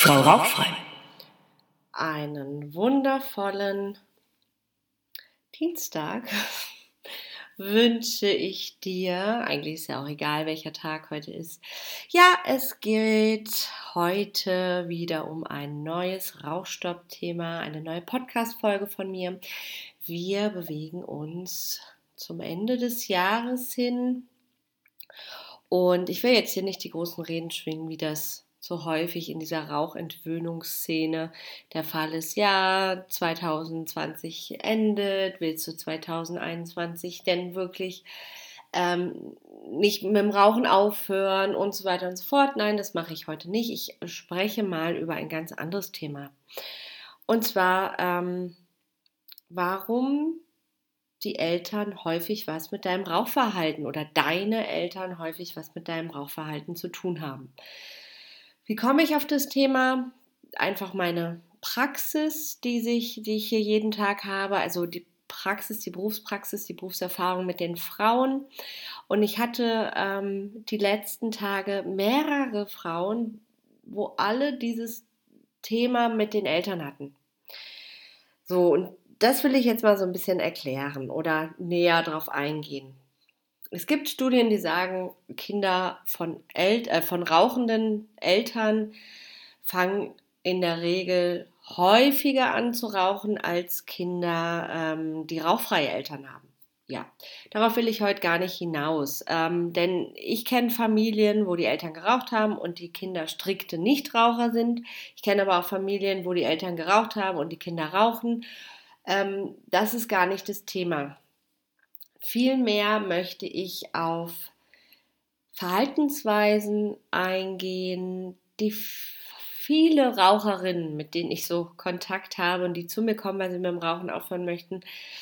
Frau Rauchfrei. Einen wundervollen Dienstag wünsche ich dir. Eigentlich ist ja auch egal, welcher Tag heute ist. Ja, es geht heute wieder um ein neues Rauchstopp-Thema, eine neue Podcast-Folge von mir. Wir bewegen uns zum Ende des Jahres hin. Und ich will jetzt hier nicht die großen Reden schwingen, wie das so häufig in dieser Rauchentwöhnungsszene der Fall ist. Ja, 2020 endet, willst du 2021 denn wirklich nicht mit dem Rauchen aufhören und so weiter und so fort? Nein, das mache ich heute nicht. Ich spreche mal über ein ganz anderes Thema. Und zwar, warum die Eltern häufig was mit deinem Rauchverhalten oder deine Eltern häufig was mit deinem Rauchverhalten zu tun haben. Wie komme ich auf das Thema? Einfach meine Praxis, die ich hier jeden Tag habe, also die Praxis, die Berufspraxis, die Berufserfahrung mit den Frauen. Und ich hatte die letzten Tage mehrere Frauen, wo alle dieses Thema mit den Eltern hatten. So, und das will ich jetzt mal so ein bisschen erklären oder näher drauf eingehen. Es gibt Studien, die sagen, Kinder von rauchenden Eltern fangen in der Regel häufiger an zu rauchen als Kinder, die rauchfreie Eltern haben. Ja, darauf will ich heute gar nicht hinaus, denn ich kenne Familien, wo die Eltern geraucht haben und die Kinder strikte Nichtraucher sind. Ich kenne aber auch Familien, wo die Eltern geraucht haben und die Kinder rauchen. Das ist gar nicht das Thema. Vielmehr möchte ich auf Verhaltensweisen eingehen, die viele Raucherinnen, mit denen ich so Kontakt habe und die zu mir kommen, weil sie mit dem Rauchen aufhören möchten,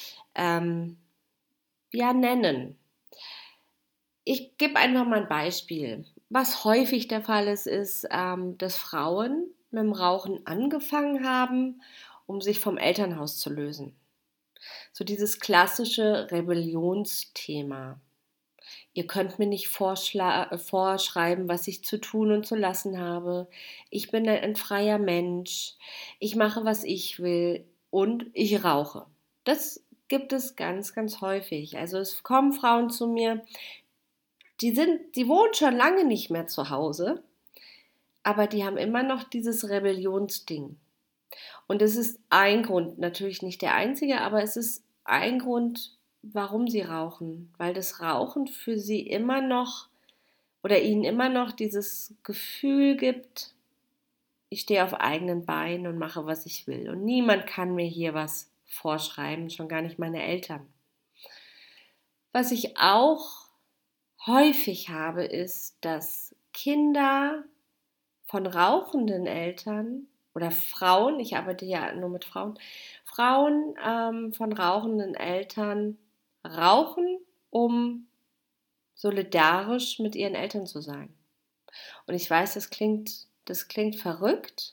nennen. Ich gebe einfach mal ein Beispiel. Was häufig der Fall ist, dass Frauen mit dem Rauchen angefangen haben, um sich vom Elternhaus zu lösen. So dieses klassische Rebellionsthema. Ihr könnt mir nicht vorschreiben, was ich zu tun und zu lassen habe. Ich bin ein freier Mensch. Ich mache, was ich will und ich rauche. Das gibt es ganz, ganz häufig. Also es kommen Frauen zu mir, die wohnen schon lange nicht mehr zu Hause, aber die haben immer noch dieses Rebellionsding. Und es ist ein Grund, natürlich nicht der einzige, aber es ist ein Grund, warum sie rauchen. Weil das Rauchen für sie immer noch oder ihnen immer noch dieses Gefühl gibt, ich stehe auf eigenen Beinen und mache, was ich will. Und niemand kann mir hier was vorschreiben, schon gar nicht meine Eltern. Was ich auch häufig habe, ist, dass Kinder von rauchenden Eltern oder Frauen, ich arbeite ja nur mit Frauen, von rauchenden Eltern rauchen, um solidarisch mit ihren Eltern zu sein. Und ich weiß, das klingt verrückt,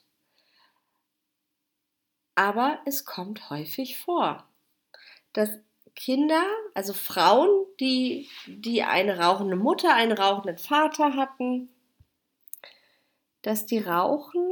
aber es kommt häufig vor, dass Kinder, also Frauen, die eine rauchende Mutter, einen rauchenden Vater hatten, dass die rauchen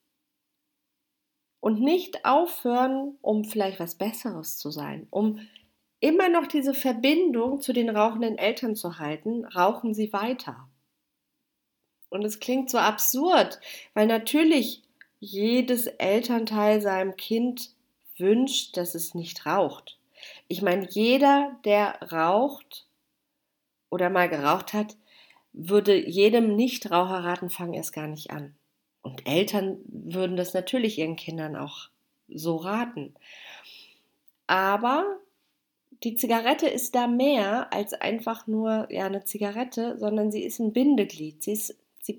und nicht aufhören, um vielleicht was Besseres zu sein, um immer noch diese Verbindung zu den rauchenden Eltern zu halten, rauchen sie weiter. Und es klingt so absurd, weil natürlich jedes Elternteil seinem Kind wünscht, dass es nicht raucht. Ich meine, jeder, der raucht oder mal geraucht hat, würde jedem Nichtraucher raten, fang erst gar nicht an. Und Eltern würden das natürlich ihren Kindern auch so raten. Aber die Zigarette ist da mehr als einfach nur eine Zigarette, sondern sie ist ein Bindeglied. Sie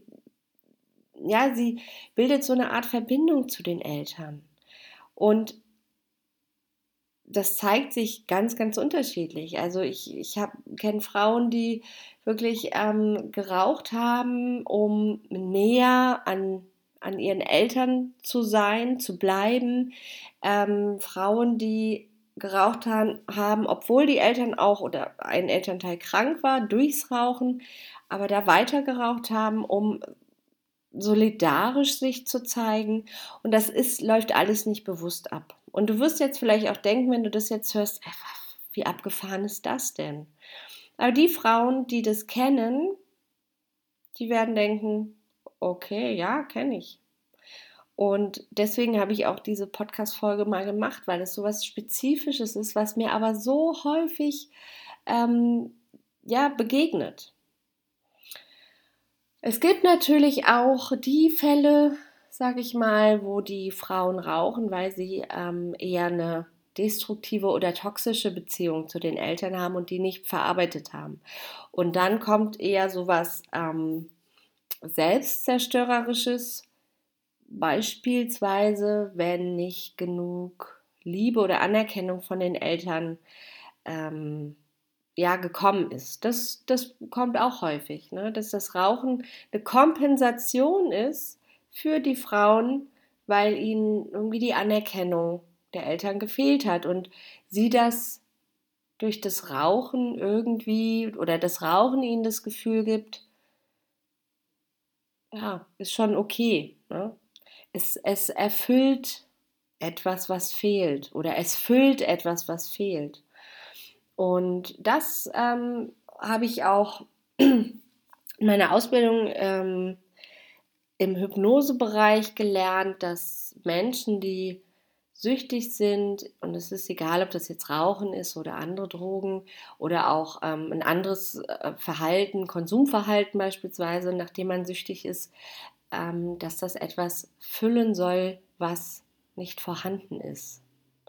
bildet so eine Art Verbindung zu den Eltern. Und das zeigt sich ganz, ganz unterschiedlich. Also ich kenne Frauen, die wirklich geraucht haben, um näher an ihren Eltern zu sein, zu bleiben. Frauen, die geraucht haben, obwohl die Eltern auch oder ein Elternteil krank war, durchs Rauchen, aber da weiter geraucht haben, um solidarisch sich zu zeigen. Und läuft alles nicht bewusst ab. Und du wirst jetzt vielleicht auch denken, wenn du das jetzt hörst, wie abgefahren ist das denn? Aber die Frauen, die das kennen, die werden denken, okay, ja, kenne ich. Und deswegen habe ich auch diese Podcast-Folge mal gemacht, weil es so was Spezifisches ist, was mir aber so häufig begegnet. Es gibt natürlich auch die Fälle, sage ich mal, wo die Frauen rauchen, weil sie eher eine destruktive oder toxische Beziehung zu den Eltern haben und die nicht verarbeitet haben. Und dann kommt eher sowas Selbstzerstörerisches, beispielsweise, wenn nicht genug Liebe oder Anerkennung von den Eltern gekommen ist. Das kommt auch häufig, ne? Dass das Rauchen eine Kompensation ist für die Frauen, weil ihnen irgendwie die Anerkennung der Eltern gefehlt hat und sie das durch das Rauchen irgendwie oder das Rauchen ihnen das Gefühl gibt, ja, ist schon okay, ne? Es erfüllt etwas, was fehlt oder es füllt etwas, was fehlt. Und das habe ich auch in meiner Ausbildung im Hypnosebereich gelernt, dass Menschen, die süchtig sind, und es ist egal, ob das jetzt Rauchen ist oder andere Drogen oder auch ein anderes Verhalten, Konsumverhalten beispielsweise, nachdem man süchtig ist, dass das etwas füllen soll, was nicht vorhanden ist.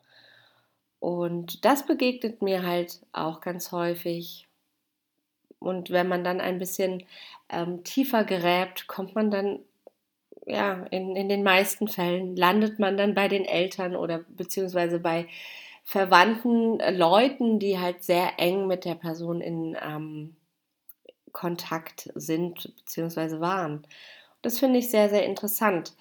Und das begegnet mir halt auch ganz häufig. Und wenn man dann ein bisschen tiefer gräbt, kommt man dann, ja, in den meisten Fällen landet man dann bei den Eltern oder beziehungsweise bei verwandten Leuten, die halt sehr eng mit der Person in Kontakt sind beziehungsweise waren. Das finde ich sehr, sehr interessant.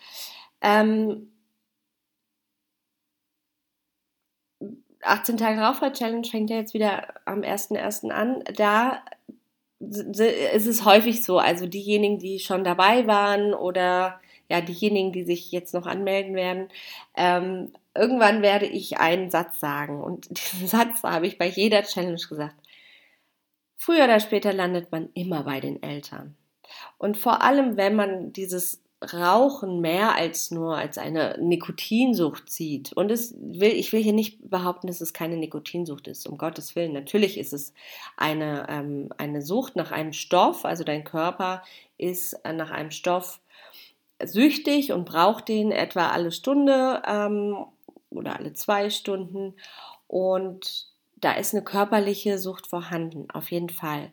18 Tage Rauchfrei-Challenge fängt ja jetzt wieder am 1.1. an. Da ist es häufig so, also diejenigen, die schon dabei waren oder ja, diejenigen, die sich jetzt noch anmelden werden, irgendwann werde ich einen Satz sagen. Und diesen Satz habe ich bei jeder Challenge gesagt. Früher oder später landet man immer bei den Eltern. Und vor allem, wenn man dieses Rauchen mehr als nur als eine Nikotinsucht sieht. Und ich will hier nicht behaupten, dass es keine Nikotinsucht ist, um Gottes Willen. Natürlich ist es eine Sucht nach einem Stoff, also dein Körper ist nach einem Stoff süchtig und braucht den etwa alle Stunde oder alle 2 Stunden. Und da ist eine körperliche Sucht vorhanden, auf jeden Fall.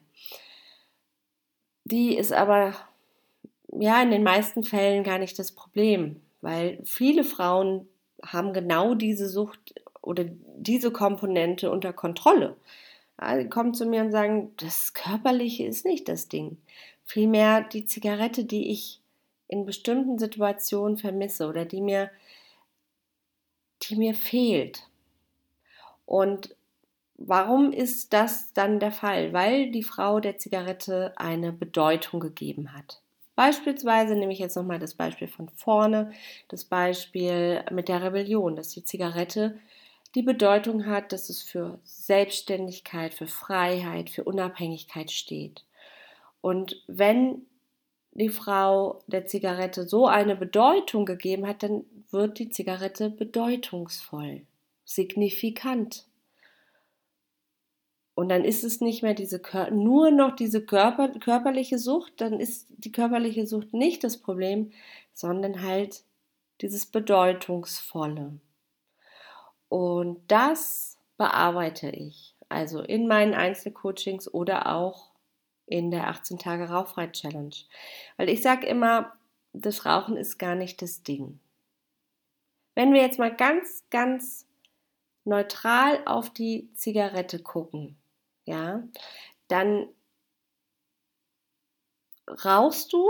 Die ist aber ja in den meisten Fällen gar nicht das Problem, weil viele Frauen haben genau diese Sucht oder diese Komponente unter Kontrolle. Ja, die kommen zu mir und sagen, das Körperliche ist nicht das Ding. Vielmehr die Zigarette, die ich in bestimmten Situationen vermisse oder die mir fehlt. Und warum ist das dann der Fall? Weil die Frau der Zigarette eine Bedeutung gegeben hat. Beispielsweise nehme ich jetzt nochmal das Beispiel von vorne, das Beispiel mit der Rebellion, dass die Zigarette die Bedeutung hat, dass es für Selbstständigkeit, für Freiheit, für Unabhängigkeit steht. Und wenn die Frau der Zigarette so eine Bedeutung gegeben hat, dann wird die Zigarette bedeutungsvoll, signifikant. Und dann ist es nicht mehr nur noch diese körperliche Sucht, dann ist die körperliche Sucht nicht das Problem, sondern halt dieses Bedeutungsvolle. Und das bearbeite ich, also in meinen Einzelcoachings oder auch in der 18 Tage Rauchfrei Challenge. Weil ich sage immer, das Rauchen ist gar nicht das Ding. Wenn wir jetzt mal ganz, ganz neutral auf die Zigarette gucken, ja, dann rauchst du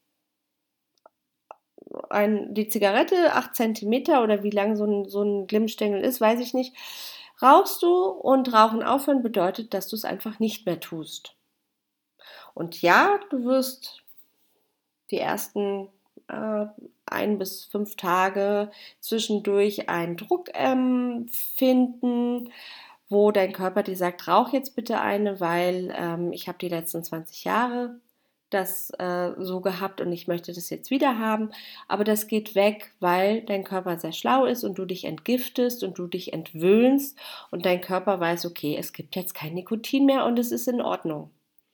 die Zigarette, 8 Zentimeter oder wie lang so ein Glimmstängel ist, weiß ich nicht. Rauchst du und Rauchen aufhören bedeutet, dass du es einfach nicht mehr tust. Und ja, du wirst die ersten 1 bis 5 Tage zwischendurch einen Druck finden, wo dein Körper dir sagt, rauch jetzt bitte eine, weil ich habe die letzten 20 Jahre das so gehabt und ich möchte das jetzt wieder haben. Aber das geht weg, weil dein Körper sehr schlau ist und du dich entgiftest und du dich entwöhnst und dein Körper weiß, okay, es gibt jetzt kein Nikotin mehr und es ist in Ordnung.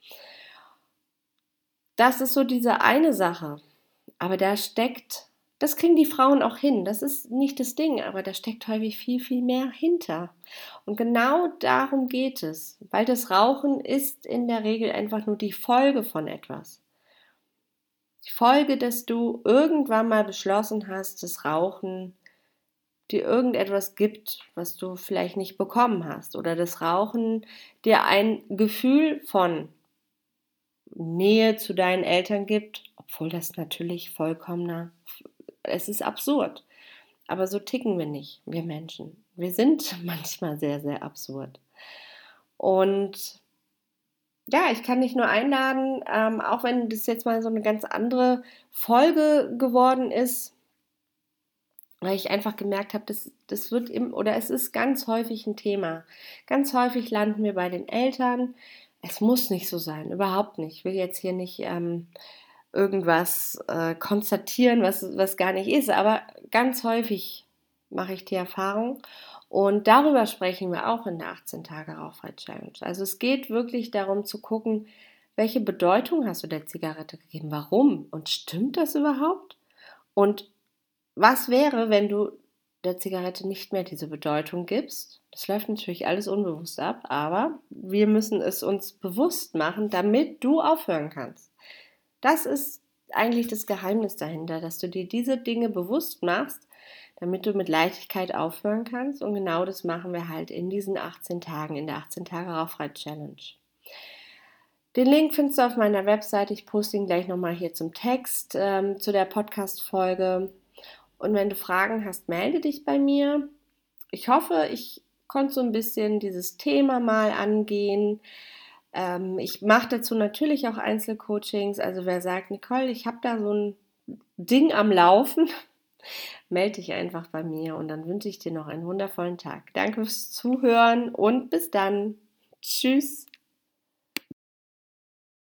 Das ist so diese eine Sache. Aber das kriegen die Frauen auch hin. Das ist nicht das Ding, aber da steckt häufig viel, viel mehr hinter. Und genau darum geht es, weil das Rauchen ist in der Regel einfach nur die Folge von etwas. Die Folge, dass du irgendwann mal beschlossen hast, dass Rauchen dir irgendetwas gibt, was du vielleicht nicht bekommen hast. Oder das Rauchen dir ein Gefühl von Nähe zu deinen Eltern gibt, obwohl das natürlich es ist absurd. Aber so ticken wir nicht, wir Menschen. Wir sind manchmal sehr, sehr absurd. Und ja, ich kann dich nur einladen, auch wenn das jetzt mal so eine ganz andere Folge geworden ist, weil ich einfach gemerkt habe, das wird oder es ist ganz häufig ein Thema. Ganz häufig landen wir bei den Eltern. Es muss nicht so sein, überhaupt nicht. Ich will jetzt hier nicht irgendwas konstatieren, was gar nicht ist, aber ganz häufig mache ich die Erfahrung. Und darüber sprechen wir auch in der 18-Tage-Rauchfrei-Challenge. Also es geht wirklich darum zu gucken, welche Bedeutung hast du der Zigarette gegeben? Warum? Und stimmt das überhaupt? Und was wäre, wenn du der Zigarette nicht mehr diese Bedeutung gibst? Das läuft natürlich alles unbewusst ab, aber wir müssen es uns bewusst machen, damit du aufhören kannst. Das ist eigentlich das Geheimnis dahinter, dass du dir diese Dinge bewusst machst, damit du mit Leichtigkeit aufhören kannst. Und genau das machen wir halt in diesen 18 Tagen, in der 18 Tage Rauchfrei-Challenge. Den Link findest du auf meiner Webseite. Ich poste ihn gleich nochmal hier zum Text zu der Podcast-Folge. Und wenn du Fragen hast, melde dich bei mir. Ich hoffe, ich konnte so ein bisschen dieses Thema mal angehen. Ich mache dazu natürlich auch Einzelcoachings. Also wer sagt, Nicole, ich habe da so ein Ding am Laufen, melde dich einfach bei mir und dann wünsche ich dir noch einen wundervollen Tag. Danke fürs Zuhören und bis dann. Tschüss.